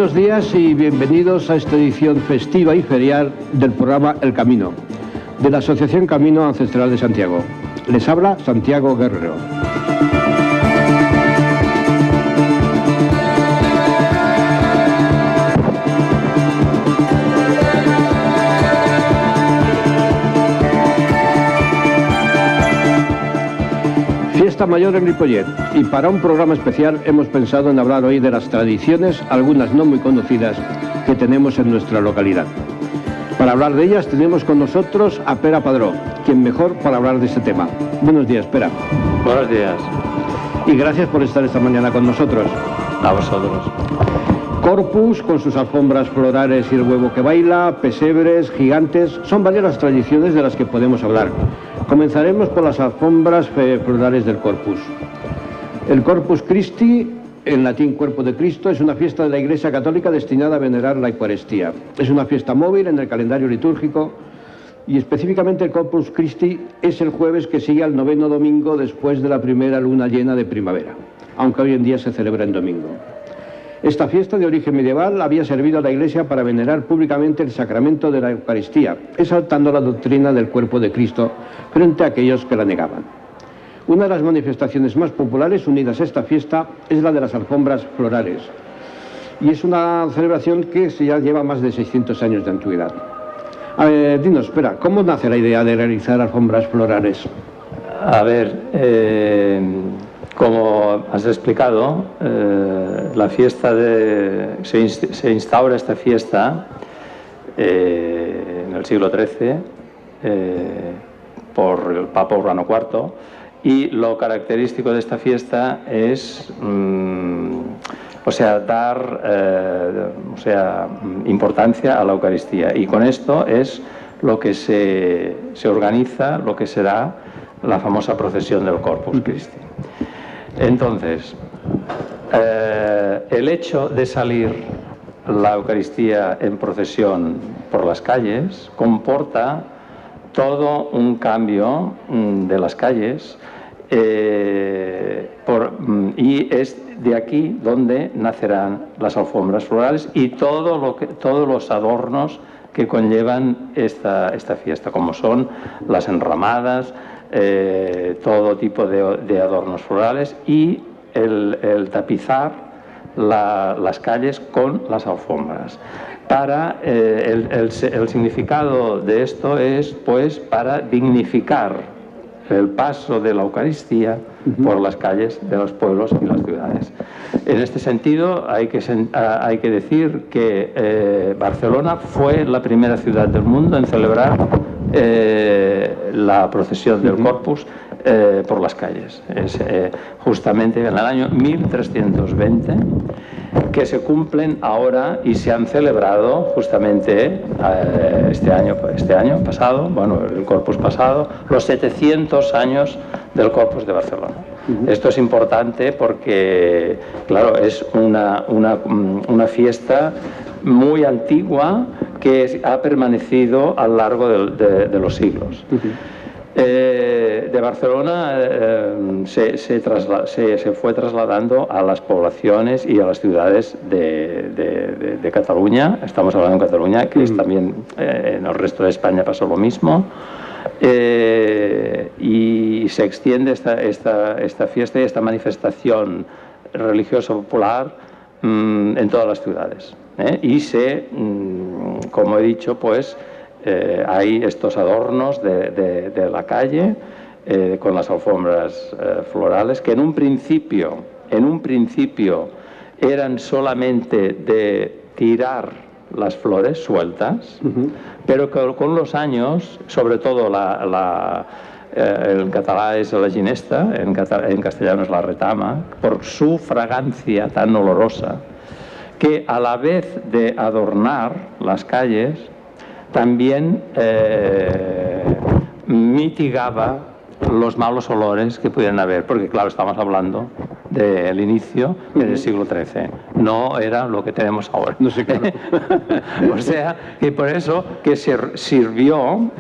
Buenos días y bienvenidos a esta edición festiva y ferial del programa El Camino, de la Asociación Camino Ancestral de Santiago. Les habla Santiago Guerrero. Fiesta mayor en Ripollet, y para un programa especial hemos pensado en hablar hoy de las tradiciones, algunas no muy conocidas, que tenemos en nuestra localidad. Para hablar de ellas tenemos con nosotros a Pere Padró, quien mejor para hablar de este tema. Buenos días, Pere. Buenos días. Y gracias por estar esta mañana con nosotros. A vosotros. Corpus, con sus alfombras florales y el huevo que baila, pesebres, gigantes, son varias las tradiciones de las que podemos hablar. Comenzaremos por las alfombras florales del Corpus. El Corpus Christi, en latín Cuerpo de Cristo, es una fiesta de la Iglesia Católica destinada a venerar la Eucaristía. Es una fiesta móvil en el calendario litúrgico y específicamente el Corpus Christi es el jueves que sigue al noveno domingo después de la primera luna llena de primavera, aunque hoy en día se celebra en domingo. Esta fiesta, de origen medieval, había servido a la Iglesia para venerar públicamente el sacramento de la Eucaristía, exaltando la doctrina del cuerpo de Cristo frente a aquellos que la negaban. Una de las manifestaciones más populares unidas a esta fiesta es la de las alfombras florales, y es una celebración que ya lleva más de 600 años de antigüedad. Dinos, espera, ¿cómo nace la idea de realizar alfombras florales? A ver, como has explicado, la fiesta se instaura esta fiesta en el siglo XIII por el Papa Urbano IV, y lo característico de esta fiesta es dar importancia a la Eucaristía, y con esto es lo que se organiza lo que será la famosa procesión del Corpus Christi. Entonces, el hecho de salir la Eucaristía en procesión por las calles comporta todo un cambio de las calles, y es de aquí donde nacerán las alfombras florales y todos los adornos que conllevan esta fiesta, como son las enramadas, todo tipo de adornos florales, y el tapizar las calles con las alfombras. El significado de esto es, pues, para dignificar el paso de la Eucaristía por las calles de los pueblos y las ciudades. En este sentido, hay que decir que Barcelona fue la primera ciudad del mundo en celebrar la procesión del Corpus por las calles. Es justamente en el año 1320 que se cumplen ahora y se han celebrado justamente este año pasado, bueno, el Corpus pasado, los 700 años del Corpus de Barcelona. Esto es importante porque, claro, es una fiesta muy antigua que ha permanecido a lo largo de los siglos. De Barcelona se fue trasladando a las poblaciones y a las ciudades de Cataluña. Estamos hablando de Cataluña, que es también en el resto de España pasó lo mismo, y se extiende esta fiesta y esta manifestación religiosa popular en todas las ciudades, y como he dicho, pues hay estos adornos de la calle con las alfombras florales, que en un principio eran solamente de tirar las flores sueltas, pero que con los años, sobre todo en catalán es la ginesta, en castellano es la retama, por su fragancia tan olorosa, que a la vez de adornar las calles también mitigaba los malos olores que pudieran haber, porque claro, estamos hablando del inicio del siglo XIII, no era lo que tenemos ahora. No sé, claro. O sea, que por eso que sirvió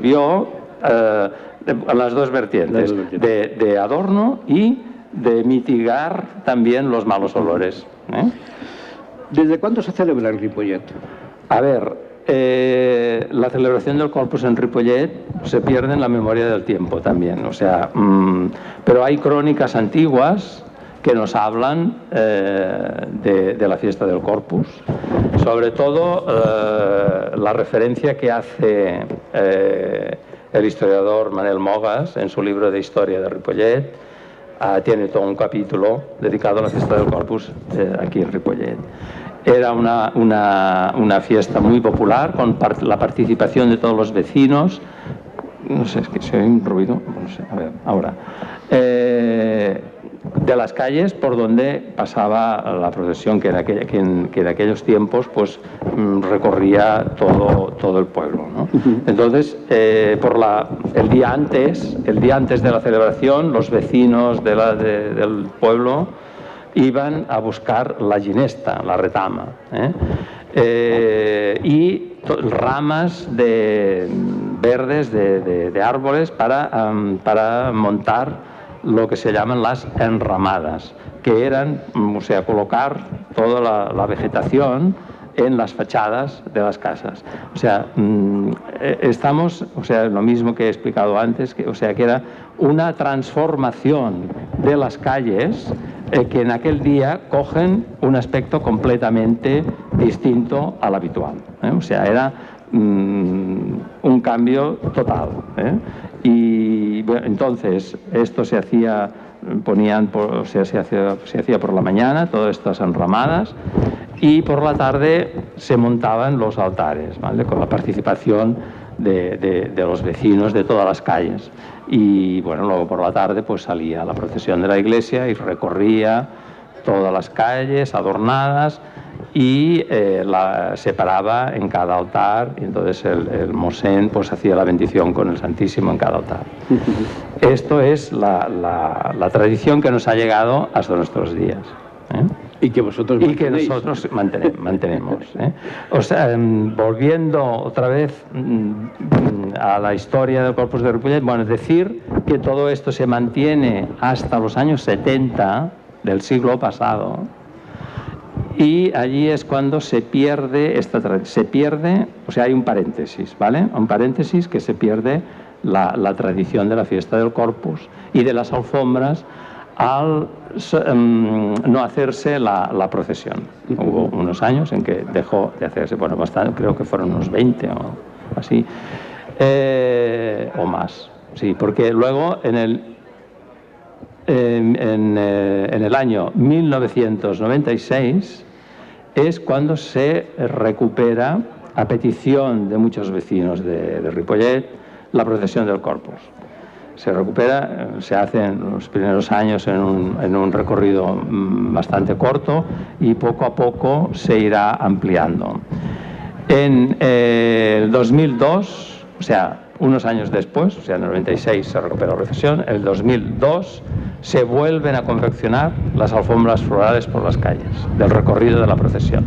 a las dos vertientes, de adorno y de mitigar también los malos olores. ¿Desde cuándo se celebra en Ripollet? A ver, la celebración del Corpus en Ripollet se pierde en la memoria del tiempo también, o sea, pero hay crónicas antiguas que nos hablan de la fiesta del Corpus, sobre todo la referencia que hace el historiador Manel Mogas en su libro de historia de Ripollet. Tiene todo un capítulo dedicado a la fiesta del Corpus aquí en Ripollet. Era una fiesta muy popular con la participación de todos los vecinos. No sé, es que se oye un ruido, no sé, a ver, ahora. De las calles por donde pasaba la procesión, que en aquellos tiempos pues recorría todo el pueblo, ¿no? Entonces, el día antes de la celebración, los vecinos del pueblo iban a buscar la ginesta, la retama, y ramas verdes de árboles para montar lo que se llaman las enramadas, que eran, o sea, colocar toda la vegetación en las fachadas de las casas. O sea, lo mismo que he explicado antes, que era una transformación de las calles que en aquel día cogen un aspecto completamente distinto al habitual. O sea, era un cambio total. Y bueno, entonces esto se hacía por la mañana, todas estas enramadas, y por la tarde se montaban los altares, ¿vale? Con la participación de los vecinos de todas las calles. Y bueno, luego por la tarde pues salía la procesión de la iglesia y recorría todas las calles adornadas y se paraba en cada altar, y entonces el mosén pues hacía la bendición con el Santísimo en cada altar. Esto es la tradición que nos ha llegado hasta nuestros días. Y que vosotros mantenemos. O sea, volviendo otra vez a la historia del Corpus de Ripollet, bueno, decir que todo esto se mantiene hasta los años 70 del siglo pasado, y allí es cuando se pierde o sea, hay un paréntesis, ¿vale? Un paréntesis que se pierde la tradición de la fiesta del Corpus y de las alfombras al no hacerse la procesión. Hubo unos años en que dejó de hacerse, bueno, bastante, creo que fueron unos 20 o así, o más, sí, porque luego en el año 1996 es cuando se recupera, a petición de muchos vecinos de Ripollet, la procesión del Corpus. Se recupera, se hace en los primeros años en un recorrido bastante corto y poco a poco se irá ampliando. En el 2002, o sea, unos años después, o sea, en el 96 se recupera la procesión, en el 2002 se vuelven a confeccionar las alfombras florales por las calles del recorrido de la procesión.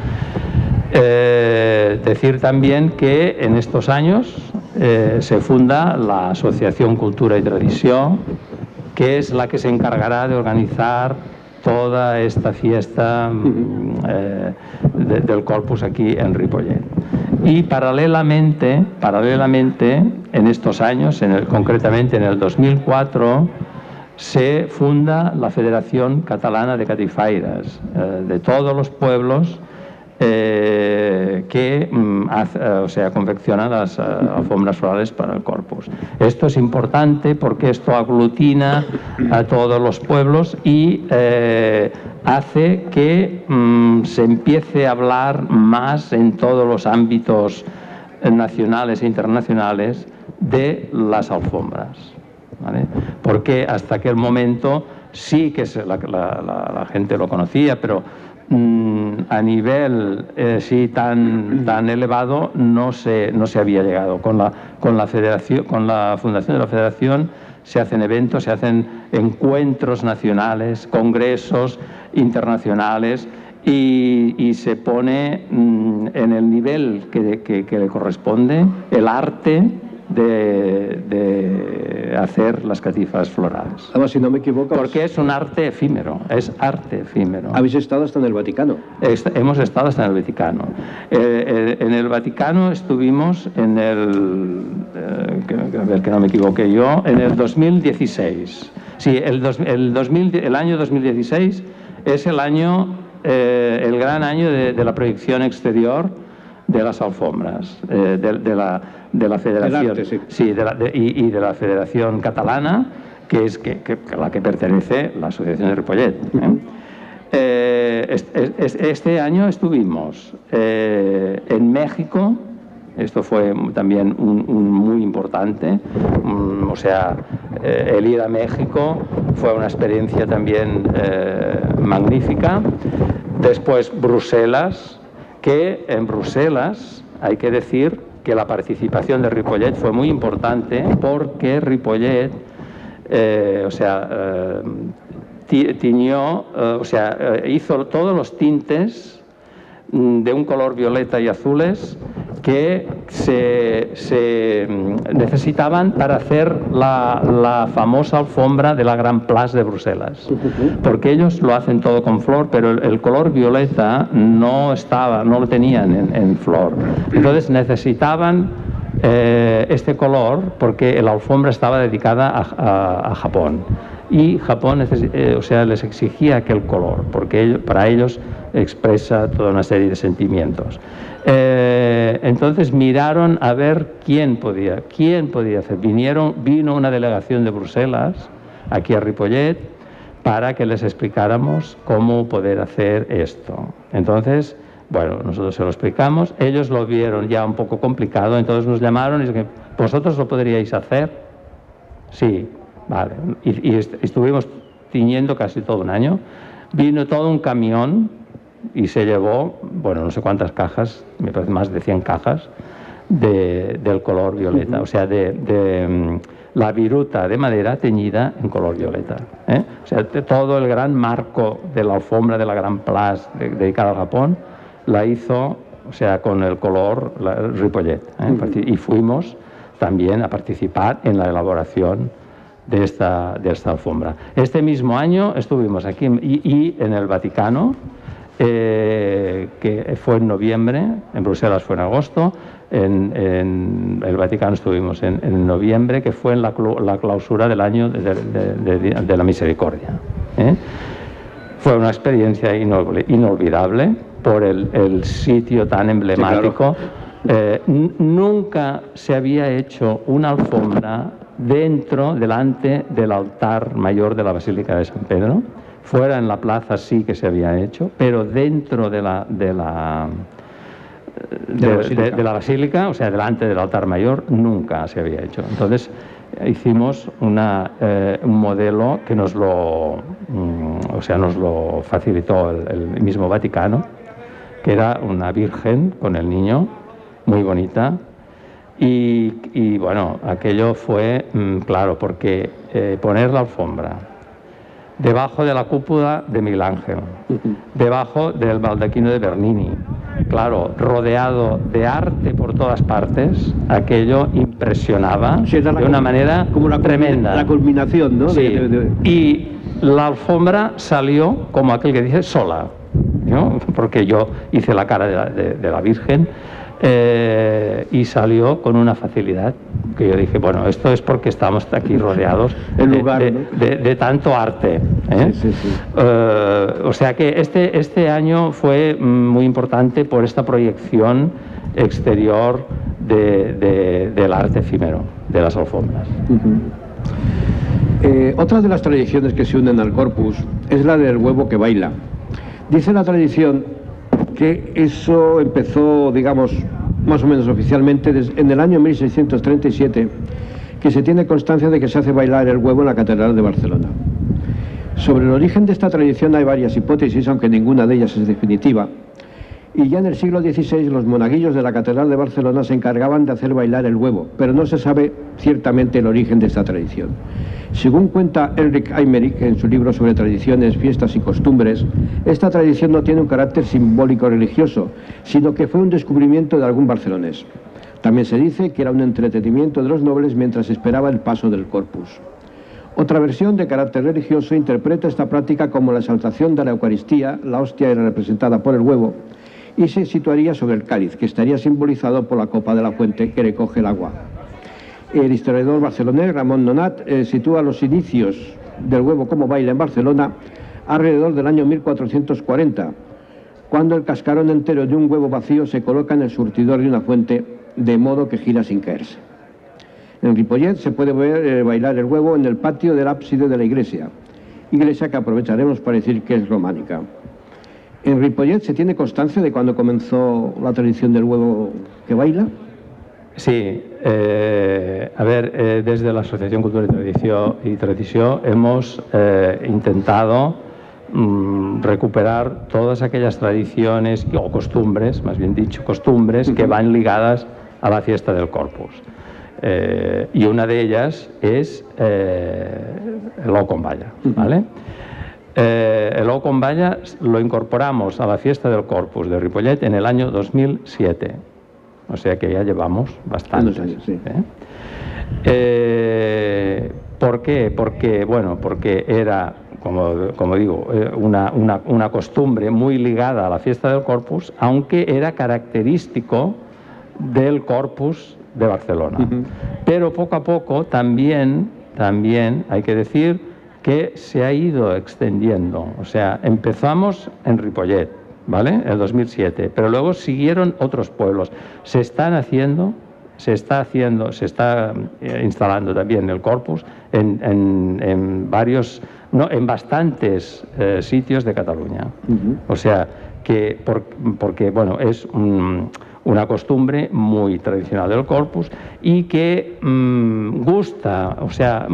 Decir también que en estos años se funda la Asociación Cultura y Tradición, que es la que se encargará de organizar toda esta fiesta del Corpus aquí en Ripollet. Y paralelamente, en estos años, concretamente en el 2004, se funda la Federación Catalana de Catifaires, de todos los pueblos que confeccionan las alfombras florales para el Corpus. Esto es importante porque esto aglutina a todos los pueblos y hace que se empiece a hablar más en todos los ámbitos nacionales e internacionales de las alfombras, ¿vale? Porque hasta aquel momento sí que la gente lo conocía, pero a nivel tan elevado no se había llegado. Con la fundación de la Federación se hacen eventos, se hacen encuentros nacionales, congresos internacionales, y se pone en el nivel que le corresponde el arte de hacer las catifas florales. Además, si no me equivoco... Porque es un arte efímero, es arte efímero. Habéis estado hasta en el Vaticano. Hemos estado hasta en el Vaticano. En el Vaticano estuvimos en el... a ver que no me equivoque yo, en el 2016. Sí, el año 2016 es el año, el gran año de la proyección exterior de las alfombras, de la Federación, arte, sí. Sí, y de la Federación Catalana, que es a la que pertenece la Asociación de Ripollet. Este año estuvimos en México. Esto fue también muy importante, o sea, el ir a México fue una experiencia también magnífica. Después Bruselas, que en Bruselas hay que decir que la participación de Ripollet fue muy importante porque Ripollet, tiñó, hizo todos los tintes de un color violeta y azules que se necesitaban para hacer la famosa alfombra de la Gran Place de Bruselas, porque ellos lo hacen todo con flor, pero el color violeta no lo tenían en flor, entonces necesitaban este color porque la alfombra estaba dedicada a Japón. Y Japón les exigía aquel color, porque para ellos expresa toda una serie de sentimientos. Entonces miraron a ver quién podía hacer. Vino una delegación de Bruselas aquí a Ripollet para que les explicáramos cómo poder hacer esto. Entonces, bueno, nosotros se lo explicamos, ellos lo vieron ya un poco complicado, entonces nos llamaron y dijeron, ¿vosotros lo podríais hacer? Sí. Vale, y estuvimos tiñendo casi todo un año. Vino todo un camión y se llevó, bueno, no sé cuántas cajas, me parece más de 100 cajas del color violeta, o sea, de la viruta de madera teñida en color violeta. O sea, todo el gran marco de la alfombra de la Gran Place dedicada al Japón la hizo, o sea, con el color Ripollet. Y fuimos también a participar en la elaboración de esta alfombra. Este mismo año estuvimos aquí y en el Vaticano, que fue en noviembre, en Bruselas fue en agosto, en el Vaticano estuvimos en noviembre, que fue en la clausura del año de la misericordia. Fue una experiencia inolvidable por el sitio tan emblemático. Sí, claro. Nunca se había hecho una alfombra delante del altar mayor de la Basílica de San Pedro. Fuera en la plaza sí que se había hecho, pero dentro de la basílica, o sea, delante del altar mayor, nunca se había hecho. Entonces hicimos un modelo que nos lo facilitó el mismo Vaticano, que era una Virgen con el niño, muy bonita. Y bueno, aquello fue claro, porque poner la alfombra debajo de la cúpula de Miguel Ángel, debajo del baldaquino de Bernini, claro, rodeado de arte por todas partes, aquello impresionaba de una manera como tremenda. La culminación, ¿no? Sí. Y la alfombra salió, como aquel que dice, sola, ¿no? Porque yo hice la cara de la Virgen. Y salió con una facilidad que yo dije, bueno, esto es porque estamos aquí rodeados de tanto arte, Sí. O sea que este año fue muy importante por esta proyección exterior del arte efímero, de las alfombras. Otra de las tradiciones que se unen al corpus es la del huevo que baila. Dice la tradición que eso empezó, digamos, más o menos oficialmente en el año 1637, que se tiene constancia de que se hace bailar el huevo en la Catedral de Barcelona. Sobre el origen de esta tradición hay varias hipótesis, aunque ninguna de ellas es definitiva. Y ya en el siglo XVI los monaguillos de la Catedral de Barcelona se encargaban de hacer bailar el huevo, pero no se sabe ciertamente el origen de esta tradición. Según cuenta Enric Aymerich en su libro sobre tradiciones, fiestas y costumbres, esta tradición no tiene un carácter simbólico religioso, sino que fue un descubrimiento de algún barcelonés. También se dice que era un entretenimiento de los nobles mientras esperaba el paso del Corpus. Otra versión de carácter religioso interpreta esta práctica como la exaltación de la Eucaristía. La hostia era representada por el huevo y se situaría sobre el cáliz, que estaría simbolizado por la copa de la fuente que recoge el agua. El historiador barcelonés Ramon Nonat sitúa los inicios del huevo como baile en Barcelona alrededor del año 1440, cuando el cascarón entero de un huevo vacío se coloca en el surtidor de una fuente, de modo que gira sin caerse. En Ripollet se puede ver bailar el huevo en el patio del ábside de la iglesia que aprovecharemos para decir que es románica. En Ripollet se tiene constancia de cuándo comenzó la tradición del huevo que baila. Sí, desde la Asociación Cultura y Tradició hemos intentado recuperar todas aquellas tradiciones o costumbres, más bien dicho, costumbres que van ligadas a la fiesta del Corpus. Y una de ellas es el ou con balla, ¿vale? El ou con balla lo incorporamos a la fiesta del Corpus de Ripollet en el año 2007, o sea que ya llevamos bastantes años, sí. ¿Por qué? Porque era, como digo, una costumbre muy ligada a la fiesta del Corpus, aunque era característico del Corpus de Barcelona. Pero poco a poco también hay que decir que se ha ido extendiendo. O sea, empezamos en Ripollet, ¿vale? En 2007, pero luego siguieron otros pueblos. Se está instalando también el Corpus en bastantes sitios de Cataluña. O sea, que porque bueno, es una costumbre muy tradicional del Corpus y que gusta, o sea,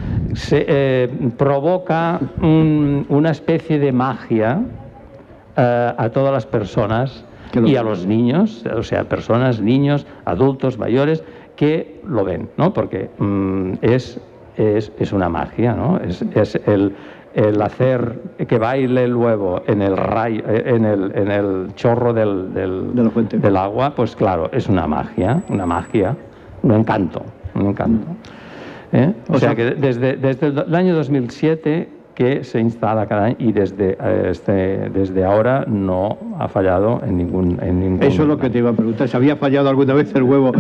provoca una especie de magia a todas las personas y a los niños, o sea, personas, niños, adultos, mayores, que lo ven, ¿no? Porque es una magia, ¿no? Es el hacer que baile el huevo en el rayo, en el chorro del agua, pues claro, es una magia, un encanto. O sea que desde el año 2007 que se instala cada año y desde ahora no ha fallado en ningún Eso es lo que te iba a preguntar, ¿se había fallado alguna vez el huevo?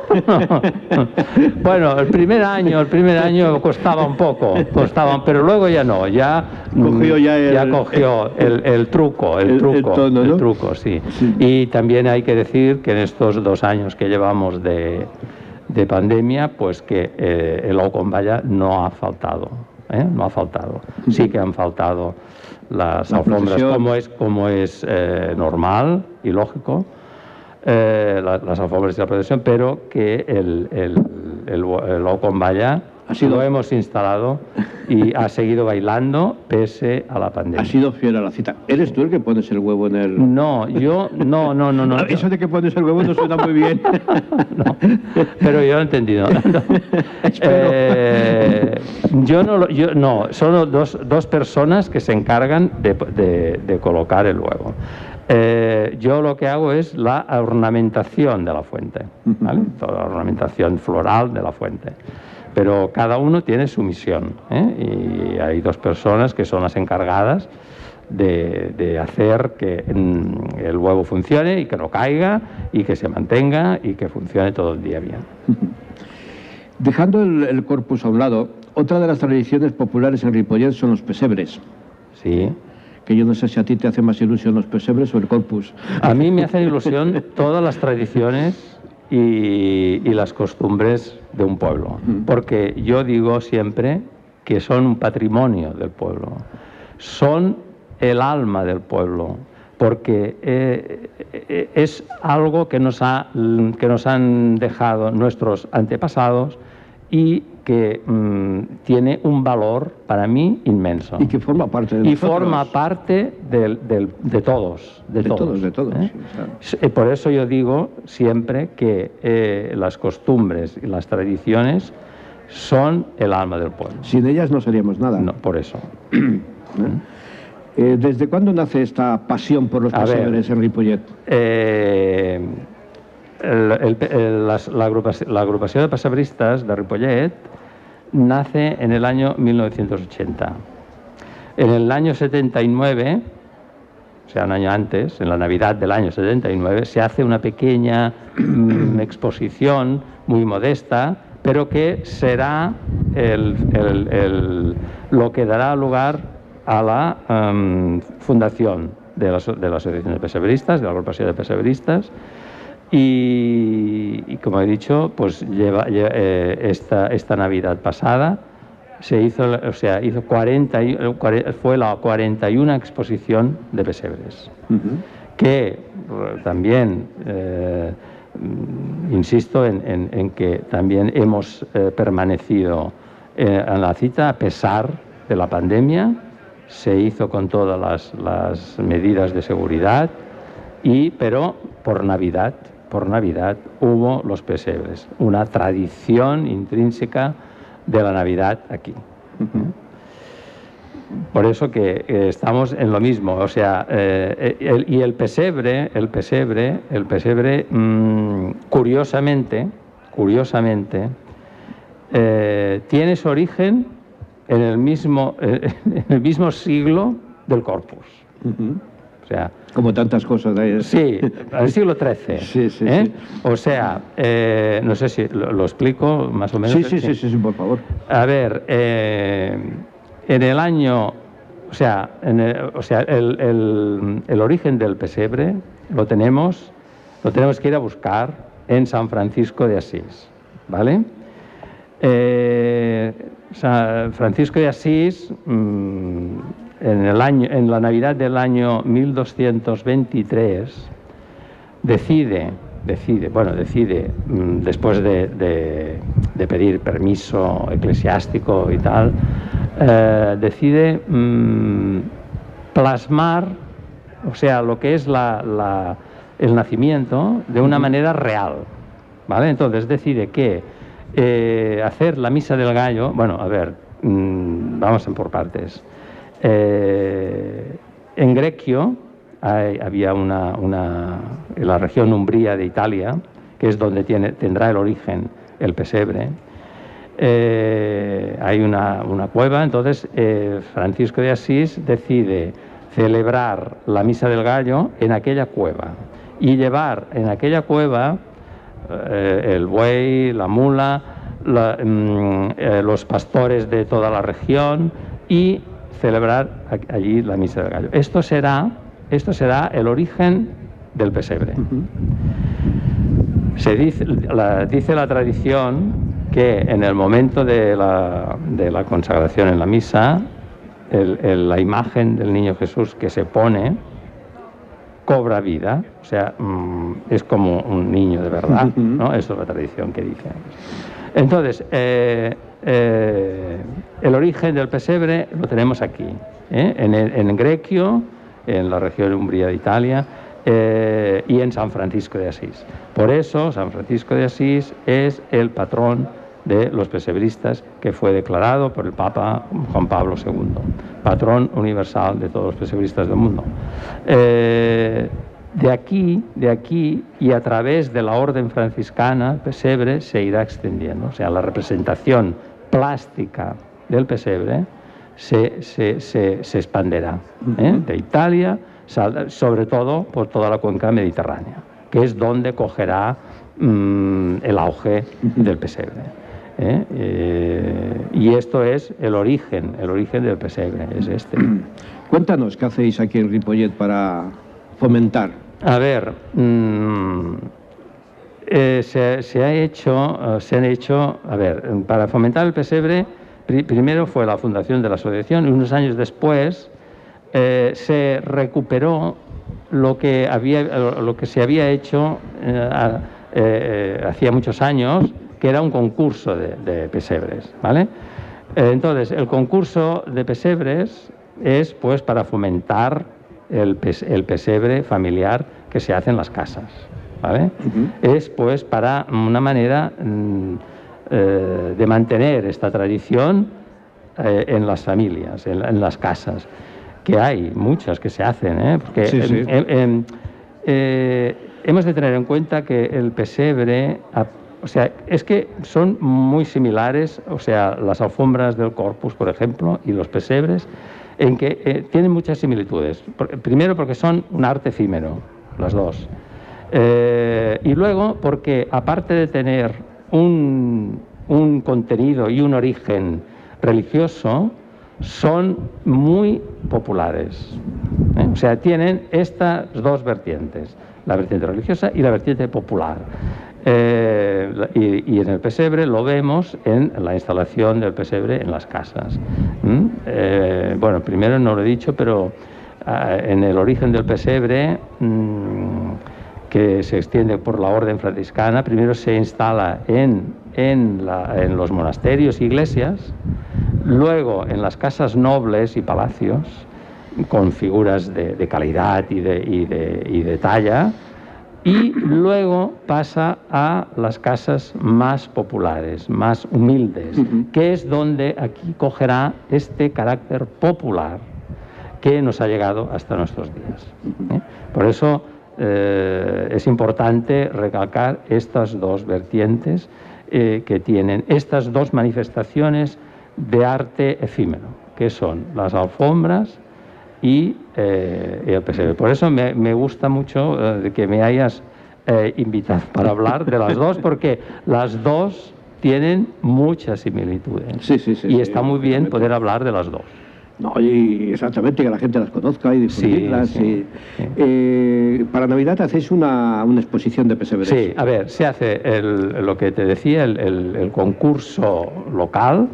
Bueno, el primer año costaba un poco, pero luego ya no, ya cogió el truco, el truco, sí. Y también hay que decir que en estos 2 años que llevamos de pandemia, pues que el ou con balla no ha faltado. No ha faltado. Sí que han faltado las alfombras, como es normal y lógico, las alfombras de la procesión, pero que el ou con balla lo hemos instalado y ha seguido bailando pese a la pandemia. Ha sido fiel a la cita. ¿Eres tú el que pones el huevo en el...? No, yo... No. Eso de que pones el huevo no suena muy bien. No, pero yo lo he entendido. No, son dos personas que se encargan de colocar el huevo. Yo lo que hago es la ornamentación de la fuente, ¿vale? Toda la ornamentación floral de la fuente. Pero cada uno tiene su misión, y hay 2 personas que son las encargadas de hacer que el huevo funcione y que no caiga y que se mantenga y que funcione todo el día bien. Dejando el Corpus a un lado, otra de las tradiciones populares en Ripollet son los pesebres. Sí. Que yo no sé si a ti te hace más ilusión los pesebres o el Corpus. A mí me hacen ilusión todas las tradiciones y las costumbres de un pueblo, porque yo digo siempre que son un patrimonio del pueblo, son el alma del pueblo, porque es algo que nos han dejado nuestros antepasados y que tiene un valor para mí inmenso. Y que forma parte de nosotros. Y forma parte de todos. De todos. Sí, claro. Por eso yo digo siempre que las costumbres y las tradiciones son el alma del pueblo. Sin ellas no seríamos nada. No, por eso. ¿Desde cuándo nace esta pasión por los pesebres en Ripollet? la agrupació de pessebristes de Ripollet nace en el año 1980. En el año 79, o sea, un año antes, en la Navidad del año 79, se hace una pequeña exposición muy modesta, pero que será lo que dará lugar a la fundación de la Asociación de Pesebristas, de la agrupación de pesebristas, y como he dicho, pues esta Navidad pasada se hizo, o sea, fue la 41 exposición de pesebres, que también insisto en que también hemos permanecido en la cita a pesar de la pandemia. Se hizo con todas las medidas de seguridad, pero por Navidad hubo los pesebres, una tradición intrínseca de la Navidad aquí. Por eso que estamos en lo mismo, o sea, y el pesebre, curiosamente, tiene su origen en el mismo siglo del Corpus. O sea, como tantas cosas de ahí. Sí, al siglo XIII. Sí. O sea, no sé si lo explico más o menos. Sí, por favor. A ver, en el año, el origen del pesebre lo tenemos que ir a buscar en San Francisco de Asís, ¿vale? San Francisco de Asís, en la Navidad del año 1223, decide, después de pedir permiso eclesiástico y tal, decide plasmar, o sea, lo que es el nacimiento de una manera real, ¿vale? Entonces decide que hacer la misa del gallo, bueno, a ver, vamos por partes. En Greccio había en la región Umbría de Italia, que es donde tendrá el origen el pesebre. Hay una cueva, entonces Francisco de Asís decide celebrar la misa del gallo en aquella cueva y llevar en aquella cueva el buey, la mula, los pastores de toda la región y celebrar allí la misa del gallo. Esto será el origen del pesebre. Dice la tradición que en el momento de la consagración en la misa, la imagen del niño Jesús que se pone cobra vida, o sea, es como un niño de verdad, ¿no? Eso es la tradición que dice. Entonces, el origen del pesebre lo tenemos aquí, en Greccio, en la región Umbría de Italia, y en San Francisco de Asís. Por eso, San Francisco de Asís es el patrón de los pesebristas, que fue declarado por el Papa Juan Pablo II, patrón universal de todos los pesebristas del mundo. De aquí y a través de la orden franciscana, el pesebre se irá extendiendo, o sea, la representación plástica del pesebre se expanderá de Italia, sobre todo por toda la cuenca mediterránea, que es donde cogerá el auge del pesebre. Y esto es el origen del pesebre, es este. Cuéntanos, ¿qué hacéis aquí en Ripollet para fomentar? A ver, se han hecho, a ver, para fomentar el pesebre, primero fue la fundación de la asociación y unos años después se recuperó lo que se había hecho hacía muchos años, que era un concurso de pesebres, ¿vale? Entonces, el concurso de pesebres es pues para fomentar el pesebre familiar que se hace en las casas, ¿vale? Es pues para una manera de mantener esta tradición en las familias, en las casas, que hay muchas que se hacen, porque hemos de tener en cuenta que el pesebre, o sea, es que son muy similares, o sea, las alfombras del Corpus, por ejemplo, y los pesebres, en que tienen muchas similitudes. Primero porque son un arte efímero, las dos. Y luego porque, aparte de tener un contenido y un origen religioso, son muy populares. O sea, tienen estas dos vertientes, la vertiente religiosa y la vertiente popular. Y en el pesebre lo vemos en la instalación del pesebre en las casas. Bueno, primero no lo he dicho, pero en el origen del pesebre, que se extiende por la orden franciscana, primero se instala en los monasterios e iglesias, luego en las casas nobles y palacios, con figuras de calidad y de talla, y luego pasa a las casas más populares, más humildes, que es donde aquí cogerá este carácter popular que nos ha llegado hasta nuestros días. Por eso es importante recalcar estas dos vertientes que tienen estas dos manifestaciones de arte efímero, que son las alfombras y el pesebre. Por eso me gusta mucho que me hayas invitado para hablar de las dos, porque las dos tienen muchas similitudes. Y está muy bien poder hablar de las dos. No, y exactamente, que la gente las conozca y difundirlas. Para Navidad hacéis una exposición de pesebres. Sí, a ver, se hace lo que te decía, el concurso local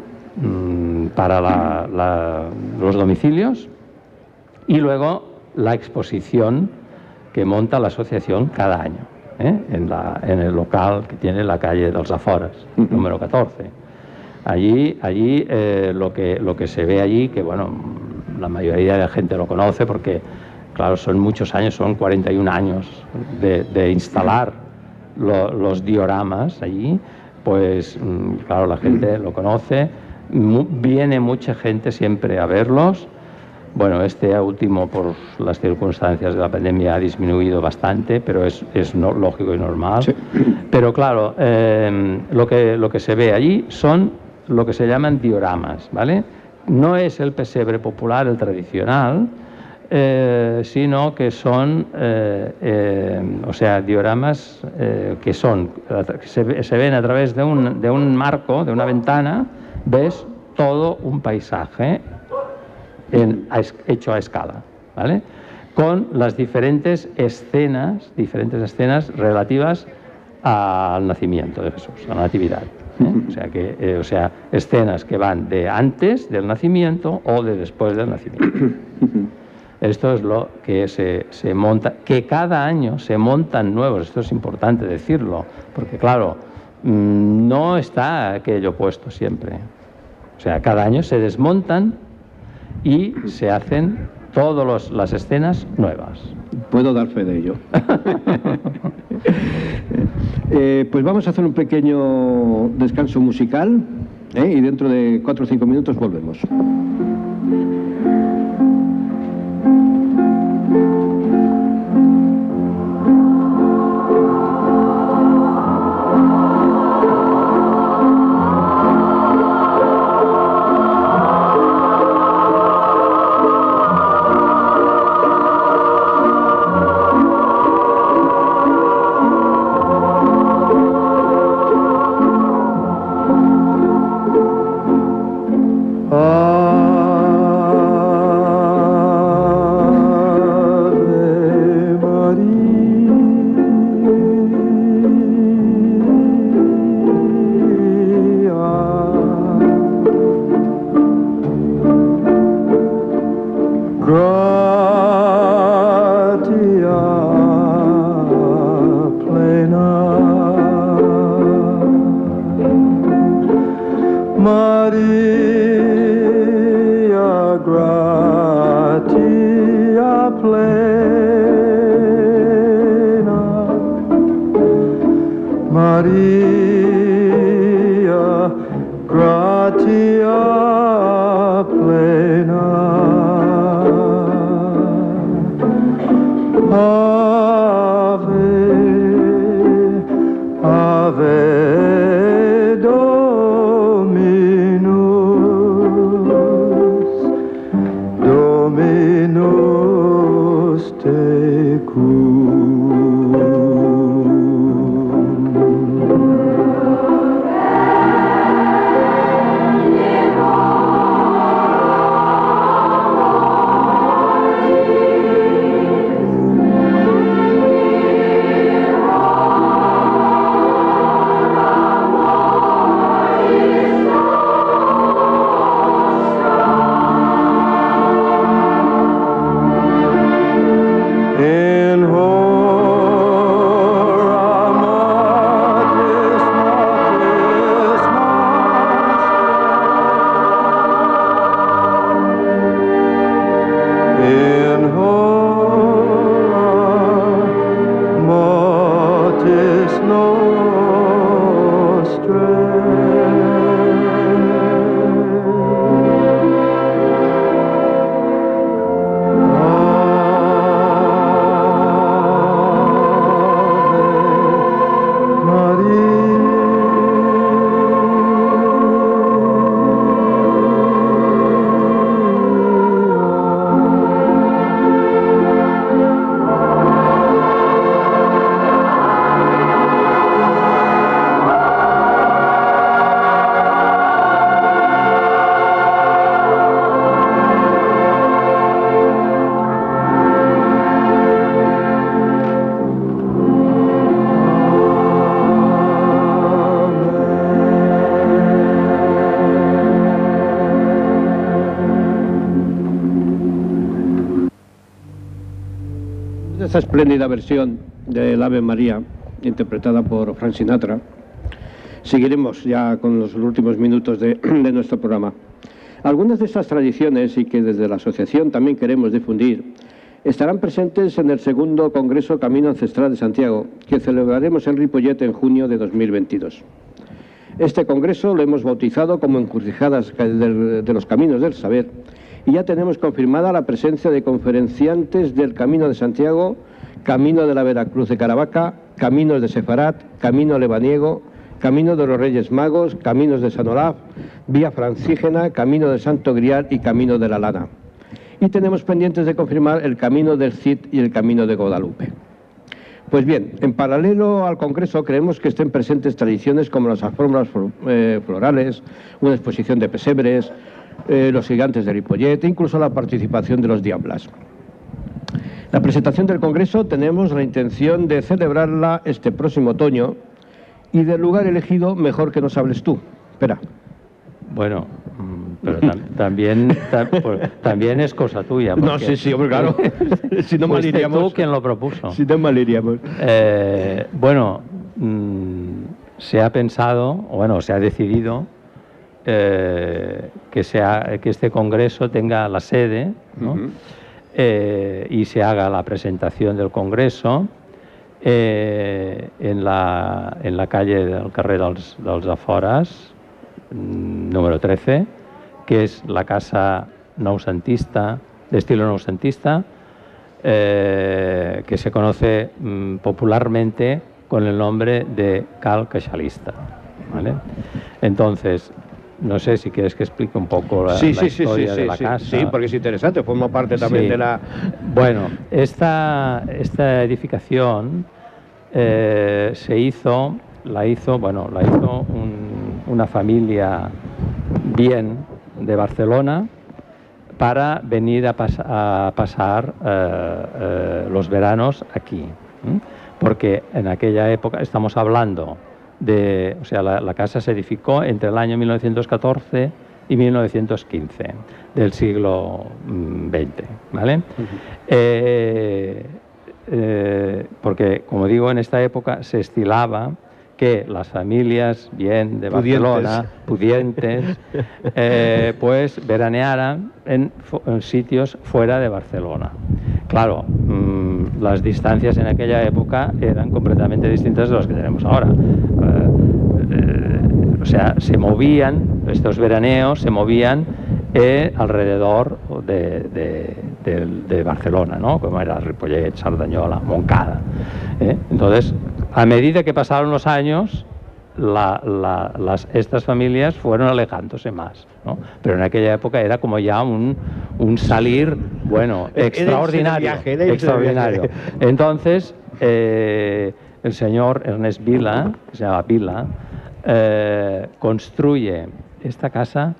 para los domicilios, y luego la exposición que monta la asociación cada año, en el local que tiene la calle dels Afores, número 14. Allí lo que se ve allí, que bueno, la mayoría de la gente lo conoce porque, claro, son muchos años, son 41 años de instalar los dioramas allí, pues claro, la gente lo conoce, viene mucha gente siempre a verlos. Bueno, este último, por las circunstancias de la pandemia, ha disminuido bastante, pero es lógico y normal. Sí. Pero claro, lo que se ve allí son lo que se llaman dioramas, ¿vale? No es el pesebre popular, el tradicional, sino que son, o sea, dioramas que se ven a través de un marco, de una ventana, ves todo un paisaje hecho a escala, ¿vale? Con las diferentes escenas relativas al nacimiento de Jesús, a la Natividad. O sea, escenas que van de antes del nacimiento o de después del nacimiento. Esto es lo que se monta, que cada año se montan nuevos. Esto es importante decirlo, porque claro, no está aquello puesto siempre. O sea, cada año se desmontan y se hacen todas las escenas nuevas. Puedo dar fe de ello. Pues vamos a hacer un pequeño descanso musical, y dentro de 4 o 5 minutos volvemos. Ave in hora mortis nostrae. Esta espléndida versión del Ave María, interpretada por Frank Sinatra, seguiremos ya con los últimos minutos de nuestro programa. Algunas de estas tradiciones, y que desde la asociación también queremos difundir, estarán presentes en el segundo Congreso Camino Ancestral de Santiago, que celebraremos en Ripollet en junio de 2022. Este congreso lo hemos bautizado como Encrucijadas de los Caminos del Saber, y ya tenemos confirmada la presencia de conferenciantes del Camino de Santiago, Camino de la Veracruz de Caravaca, Caminos de Sefarat, Camino Lebaniego, Camino de los Reyes Magos, Caminos de San Olaf, Vía Francígena, Camino de Santo Grial y Camino de la Lana. Y tenemos pendientes de confirmar el Camino del Cid y el Camino de Guadalupe. Pues bien, en paralelo al Congreso creemos que estén presentes tradiciones como las alfombras florales, una exposición de pesebres, los gigantes de Ripollet e incluso la participación de los diablas. La presentación del Congreso tenemos la intención de celebrarla este próximo otoño y del lugar elegido mejor que nos hables tú. Espera. Bueno, pero también es cosa tuya. No, sí, hombre, claro. Si no mal iríamos. ¿Tú quién lo propuso? Si no mal iríamos. Bueno, se ha pensado, o bueno, se ha decidido que este congreso tenga la sede, ¿no? Y se haga la presentación del congreso en la calle del carrer dels Afores, número 13, que es la casa noucentista, de estilo noucentista, que se conoce popularmente con el nombre de Cal Queixalista, ¿vale? Entonces, no sé si quieres que explique un poco la historia de la casa. Sí, porque es interesante, forma parte también de la... Bueno, esta edificación la hizo una familia bien de Barcelona para venir a pasar los veranos aquí. Porque en aquella época, estamos hablando la casa se edificó entre el año 1914 y 1915 del siglo XX, ¿vale? Porque, como digo, en esta época se estilaba que las familias bien de Barcelona, pudientes, pues veranearan en sitios fuera de Barcelona. Claro, las distancias en aquella época eran completamente distintas de las que tenemos ahora. Estos veraneos se movían alrededor de Barcelona, ¿no? Como era Ripollet, Sardanyola, Montcada. Entonces, a medida que pasaron los años, estas familias fueron alejándose más, ¿no? Pero en aquella época era como ya un salir, bueno, extraordinario. Extraordinario. Entonces, el señor Ernest Vila, que se llama Vila, construye esta casa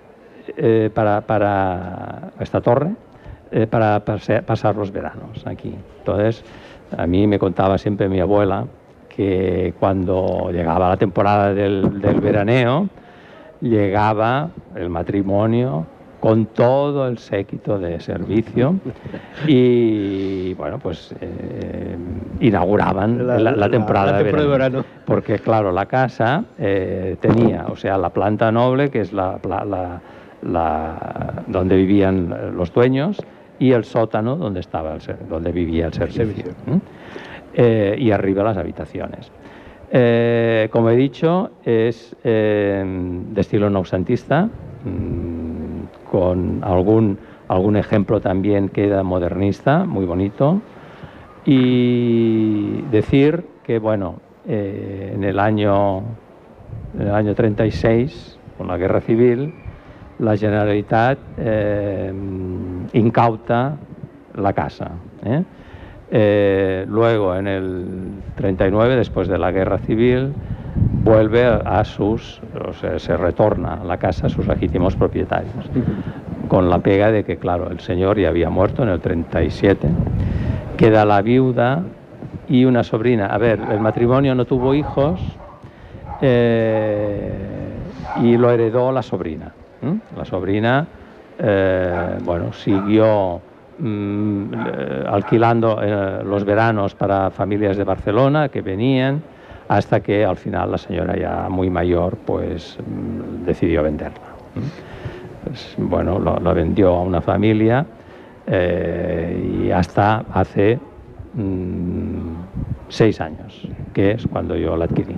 para esta torre, para pasar los veranos aquí. Entonces, a mí me contaba siempre mi abuela que cuando llegaba la temporada del veraneo, llegaba el matrimonio con todo el séquito de servicio y, bueno, pues inauguraban la temporada de verano. Porque, claro, la casa tenía, la planta noble, que es donde vivían los dueños, y el sótano donde vivía el servicio. Y arriba las habitaciones. Como he dicho, es de estilo noucentista, con algún ejemplo también queda modernista, muy bonito. Y decir que, bueno, en el año 36, con la Guerra Civil, la Generalitat incauta la casa. Luego, en el 39, después de la Guerra Civil, vuelve se retorna la casa a sus legítimos propietarios, con la pega de que, claro, el señor ya había muerto en el 37, queda la viuda y una sobrina. A ver, el matrimonio no tuvo hijos y lo heredó la sobrina. La sobrina, bueno, siguió alquilando los veranos para familias de Barcelona que venían, hasta que al final la señora, ya muy mayor, pues decidió venderla. Pues, bueno, la vendió a una familia y hasta hace 6 años, que es cuando yo la adquirí.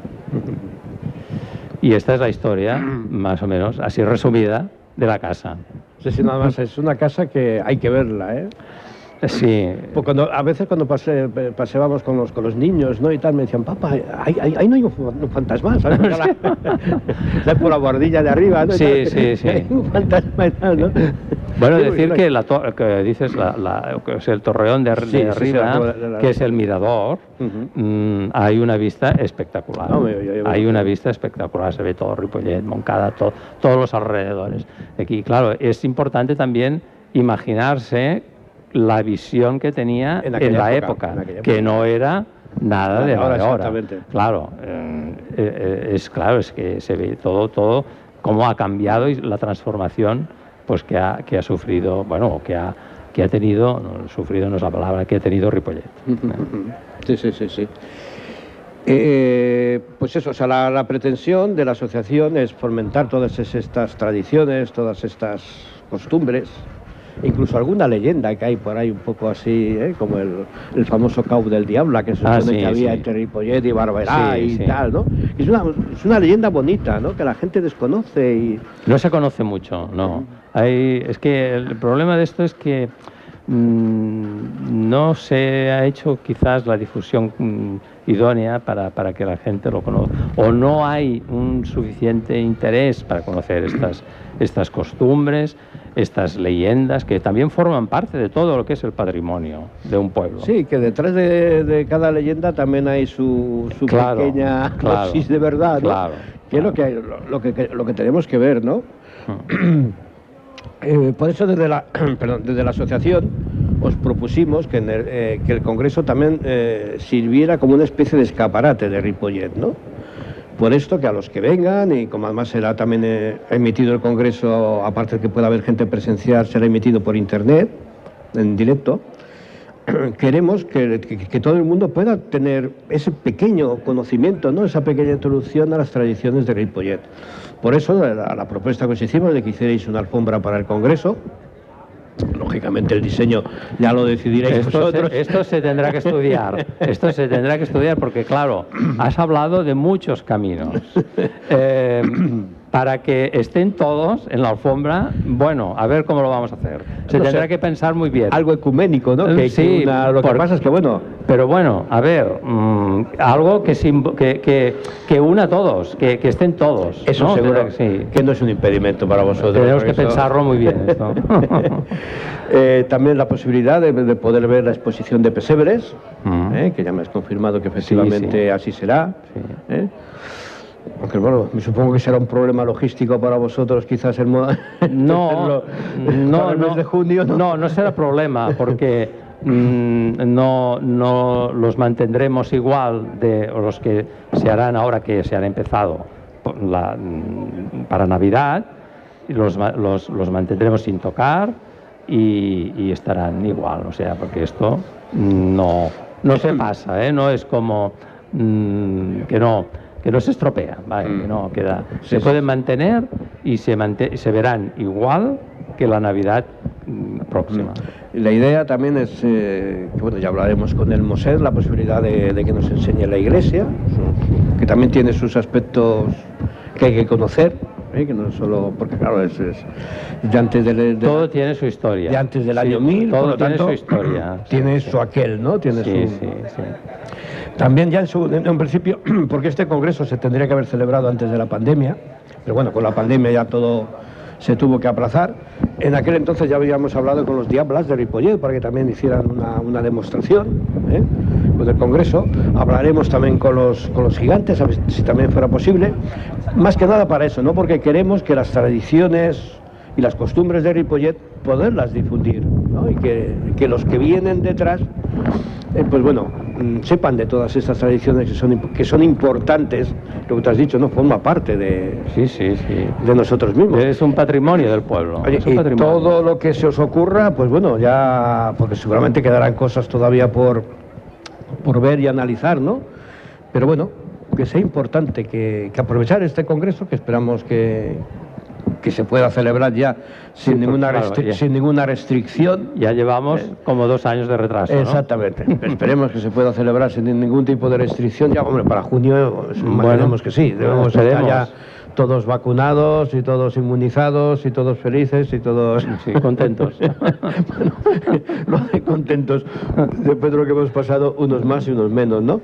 Y esta es la historia, más o menos, así resumida, de la casa. Sí, nada más, es una casa que hay que verla, ¿eh? Sí. Porque a veces cuando paseábamos con los niños, ¿no? Y tal, me decían, papá, ahí no hay un fantasma, ¿sabes? Por la bordilla de arriba, ¿no? Sí. Hay un fantasma y tal, ¿no? Bueno, decir que dices que es el torreón de arriba, que es el mirador, hay una vista espectacular. Hay una vista espectacular, se ve todo Ripollet, Montcada, todos los alrededores. Aquí, claro, es importante también imaginarse la visión que tenía en la época, que no era nada de ahora. Claro, es que se ve todo cómo ha cambiado y la transformación, pues que ha sufrido, bueno, que ha tenido, no, sufrido no es la palabra, que ha tenido Ripollet. Sí. Pues eso, o sea, la pretensión de la asociación es fomentar todas estas tradiciones, todas estas costumbres, incluso alguna leyenda que hay por ahí un poco así, como el famoso Cau del Diabla, que se supone que había entre Ripollet y Barberà tal, ¿no? Es una leyenda bonita, ¿no? Que la gente desconoce y... No se conoce mucho, no. Es que el problema de esto es que no se ha hecho quizás la difusión idónea para que la gente lo conozca, o no hay un suficiente interés para conocer estas costumbres, estas leyendas, que también forman parte de todo lo que es el patrimonio de un pueblo. Sí, que detrás de cada leyenda también hay su pequeña dosis de verdad, ¿no? Que es lo que tenemos que ver, ¿no? Por eso desde la asociación os propusimos que el Congreso también sirviera como una especie de escaparate de Ripollet, ¿no? Por esto, que a los que vengan, y como además será también emitido el Congreso, aparte de que pueda haber gente presencial, será emitido por internet, en directo, queremos que todo el mundo pueda tener ese pequeño conocimiento, ¿no? Esa pequeña introducción a las tradiciones de Ripollet. Por eso, la propuesta que os hicimos de que hicierais una alfombra para el Congreso. Lógicamente el diseño ya lo decidiréis vosotros. Esto se tendrá que estudiar. Esto se tendrá que estudiar porque, claro, has hablado de muchos caminos. Para que estén todos en la alfombra, bueno, a ver cómo lo vamos a hacer. Se tendrá que pensar muy bien. Algo ecuménico, ¿no? Sí, lo que pasa es que, bueno... Pero bueno, a ver, algo que una a todos, que estén todos. Eso, ¿no? Seguro que sí. Que no es un impedimento para vosotros. Tenemos que pensarlo muy bien esto. También la posibilidad de poder ver la exposición de pesebres, que ya me has confirmado que efectivamente así será. Sí. Aunque bueno, me supongo que será un problema logístico para vosotros, quizás el mes de junio. No será problema, porque no los mantendremos igual de los que se harán ahora, que se han empezado para Navidad, y los mantendremos sin tocar y estarán igual, o sea, porque esto no se pasa, no es como que no se estropea, ¿vale? Que no queda. Se pueden mantener y se verán igual que la Navidad próxima. La idea también es, que bueno, ya hablaremos con el Moser, la posibilidad de que nos enseñe la Iglesia, que también tiene sus aspectos que hay que conocer, que no solo, porque claro, es ya antes todo tiene su historia. Ya antes del año 1000, todo por lo tiene tanto, su historia. Tiene su aquel, ¿no? Tiene sí, su... sí. También ya en principio, porque este congreso se tendría que haber celebrado antes de la pandemia, pero bueno, con la pandemia ya todo se tuvo que aplazar. En aquel entonces ya habíamos hablado con los Diablas de Ripollet para que también hicieran una demostración con el congreso. Hablaremos también con los gigantes, a ver si también fuera posible. Más que nada para eso, ¿no? Porque queremos que las tradiciones y las costumbres de Ripollet poderlas difundir, ¿no? Y que los que vienen detrás, pues bueno, sepan de todas estas tradiciones que son importantes. Lo que te has dicho, ¿no? Forma parte de nosotros mismos. Es un patrimonio del pueblo. Oye, y todo lo que se os ocurra, pues bueno, ya, porque seguramente quedarán cosas todavía por ver y analizar, ¿no? Pero bueno, que sea importante que aprovechar este congreso, que esperamos que se pueda celebrar ya sin ninguna restricción. Ya llevamos como 2 años de retraso, ¿no? Exactamente. Esperemos que se pueda celebrar sin ningún tipo de restricción. Ya, hombre, para junio imaginemos que sí. Debemos estar ya todos vacunados y todos inmunizados y todos felices y todos... Sí, contentos. Bueno, lo de contentos, después de lo que hemos pasado, unos más y unos menos, ¿no?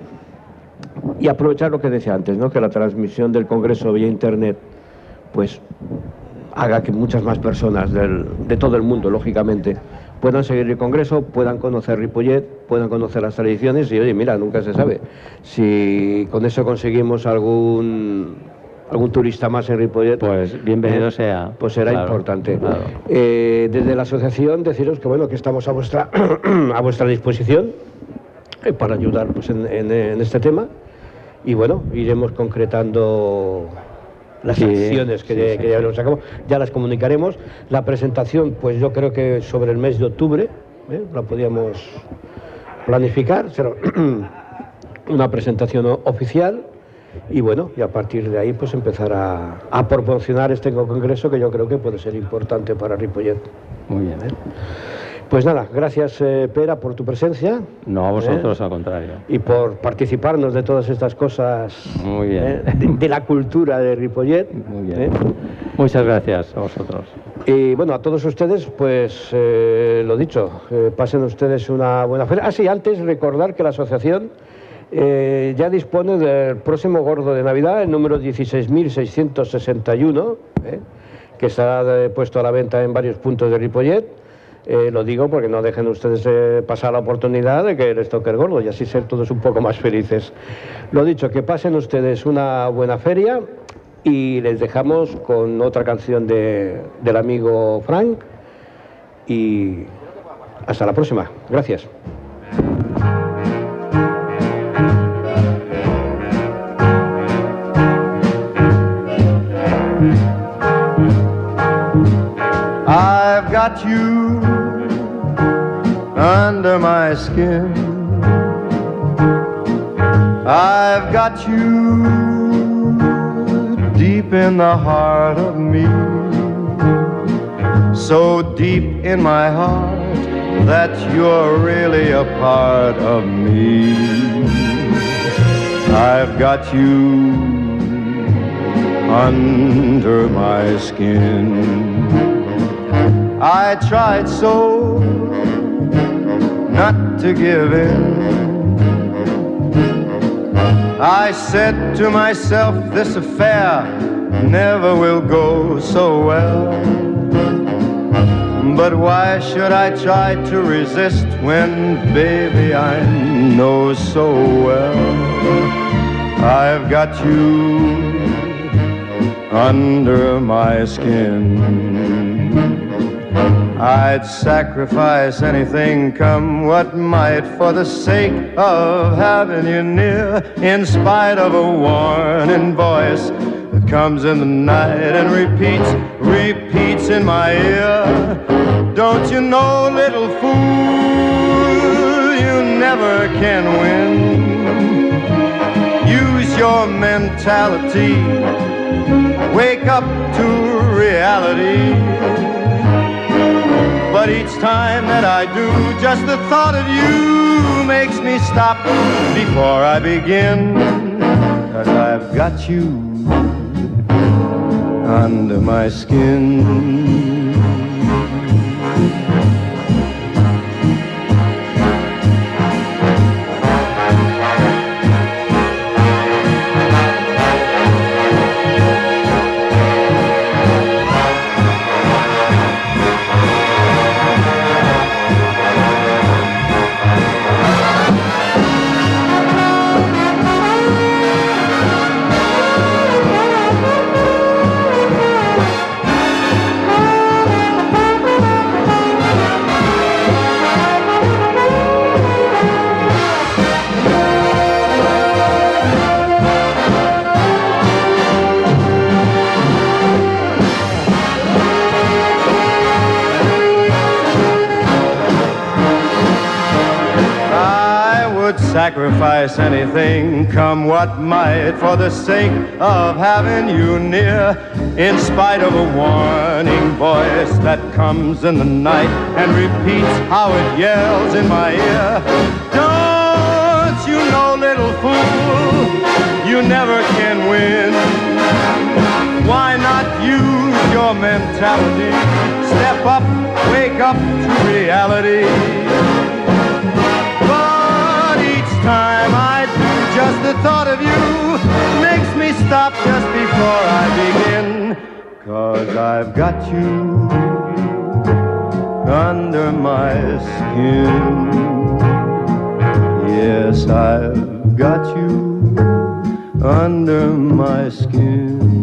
Y aprovechar lo que decía antes, ¿no? Que la transmisión del congreso vía internet, pues haga que muchas más personas de todo el mundo, lógicamente, puedan seguir el congreso, puedan conocer Ripollet, puedan conocer las tradiciones y, oye, mira, nunca se sabe. Si con eso conseguimos algún turista más en Ripollet, pues bienvenido sea. Pues será importante. Claro. Desde la asociación deciros que, bueno, que estamos a vuestra disposición para ayudar pues, en este tema y, bueno, iremos concretando las acciones que ya nos sacamos, ya las comunicaremos. La presentación, pues yo creo que sobre el mes de octubre, la podíamos planificar, será una presentación oficial y bueno, y a partir de ahí pues empezar a proporcionar este congreso que yo creo que puede ser importante para Ripollet. Muy bien. Pues nada, gracias Pera por tu presencia. No, a vosotros al contrario. Y por participarnos de todas estas cosas. Muy bien. De la cultura de Ripollet. Muy bien. Muchas gracias a vosotros. Y bueno, a todos ustedes, pues lo dicho, pasen ustedes una buena feria. Ah, sí, antes recordar que la asociación ya dispone del próximo gordo de Navidad, el número 16.661, que estará puesto a la venta en varios puntos de Ripollet. Lo digo porque no dejen ustedes pasar la oportunidad de que les toque el gordo y así ser todos un poco más felices. Lo dicho, que pasen ustedes una buena feria y les dejamos con otra canción del amigo Frank y hasta la próxima. Gracias. I've got you under my skin. I've got you deep in the heart of me, so deep in my heart that you're really a part of me. I've got you under my skin. I tried so not to give in. I said to myself, this affair never will go so well. But why should I try to resist when, baby, I know so well I've got you under my skin. I'd sacrifice anything, come what might, for the sake of having you near, in spite of a warning voice that comes in the night and repeats in my ear. Don't you know, little fool, you never can win. Use your mentality, wake up to reality. But But each time that I do, just the thought of you makes me stop before I begin. 'Cause I've got you under my skin. Sacrifice anything, come what might, for the sake of having you near, in spite of a warning voice that comes in the night and repeats how it yells in my ear. Don't you know, little fool, you never can win. Why not use your mentality? Step up, wake up to reality. Time I do, just the thought of you makes me stop just before I begin. 'Cause I've got you under my skin. Yes, I've got you under my skin.